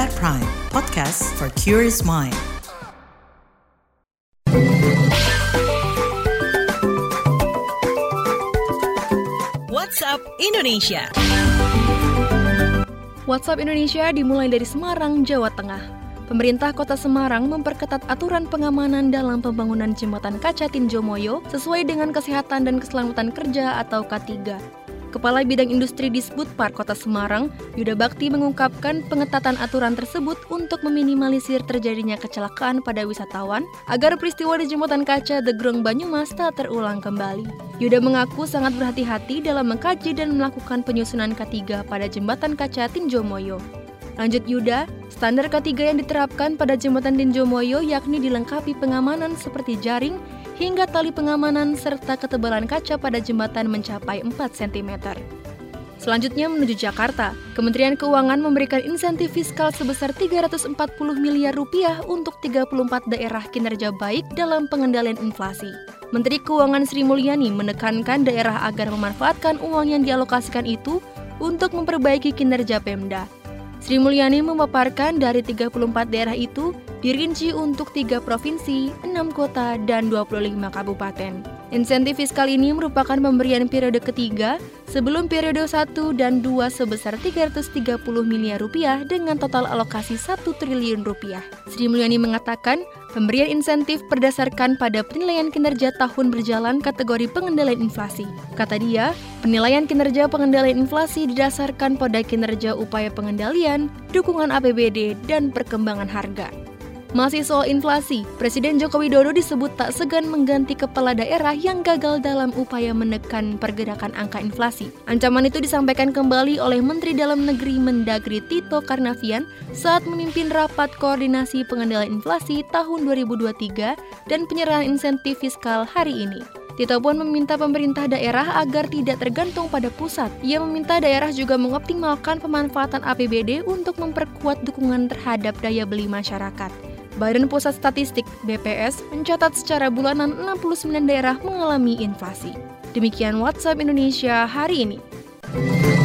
KBR Prime, podcast for curious mind. WhatsApp Indonesia. WhatsApp Indonesia dimulai dari Semarang, Jawa Tengah. Pemerintah Kota Semarang memperketat aturan pengamanan dalam pembangunan jembatan kaca Tinjomoyo sesuai dengan Kesehatan dan Keselamatan Kerja atau K3. Kepala Bidang Industri Disbudpar Kota Semarang, Yuda Bakti mengungkapkan pengetatan aturan tersebut untuk meminimalisir terjadinya kecelakaan pada wisatawan agar peristiwa di jembatan kaca The Grong Banyumas tak terulang kembali. Yuda mengaku sangat berhati-hati dalam mengkaji dan melakukan penyusunan K3 pada jembatan kaca Tinjomoyo. Lanjut Yuda, standar K3 yang diterapkan pada jembatan Tinjomoyo yakni dilengkapi pengamanan seperti jaring, hingga tali pengamanan serta ketebalan kaca pada jembatan mencapai 4 cm. Selanjutnya menuju Jakarta, Kementerian Keuangan memberikan insentif fiskal sebesar 340 miliar rupiah untuk 34 daerah kinerja baik dalam pengendalian inflasi. Menteri Keuangan Sri Mulyani menekankan daerah agar memanfaatkan uang yang dialokasikan itu untuk memperbaiki kinerja Pemda. Sri Mulyani memaparkan dari 34 daerah itu dirinci untuk 3 provinsi, 6 kota, dan 25 kabupaten. Insentif fiskal ini merupakan pemberian periode ketiga sebelum periode 1 dan 2 sebesar 330 miliar rupiah dengan total alokasi 1 triliun rupiah. Sri Mulyani mengatakan, pemberian insentif berdasarkan pada penilaian kinerja tahun berjalan kategori pengendalian inflasi. Kata dia, penilaian kinerja pengendalian inflasi didasarkan pada kinerja upaya pengendalian, dukungan APBD, dan perkembangan harga. Masih soal inflasi, Presiden Joko Widodo disebut tak segan mengganti kepala daerah yang gagal dalam upaya menekan pergerakan angka inflasi. Ancaman itu disampaikan kembali oleh Menteri Dalam Negeri Mendagri Tito Karnavian saat memimpin rapat koordinasi pengendalian inflasi tahun 2023 dan penyerahan insentif fiskal hari ini. Tito pun meminta pemerintah daerah agar tidak tergantung pada pusat. Ia meminta daerah juga mengoptimalkan pemanfaatan APBD untuk memperkuat dukungan terhadap daya beli masyarakat. Badan Pusat Statistik (BPS) mencatat secara bulanan 69 daerah mengalami inflasi. Demikian WhatsApp Indonesia hari ini.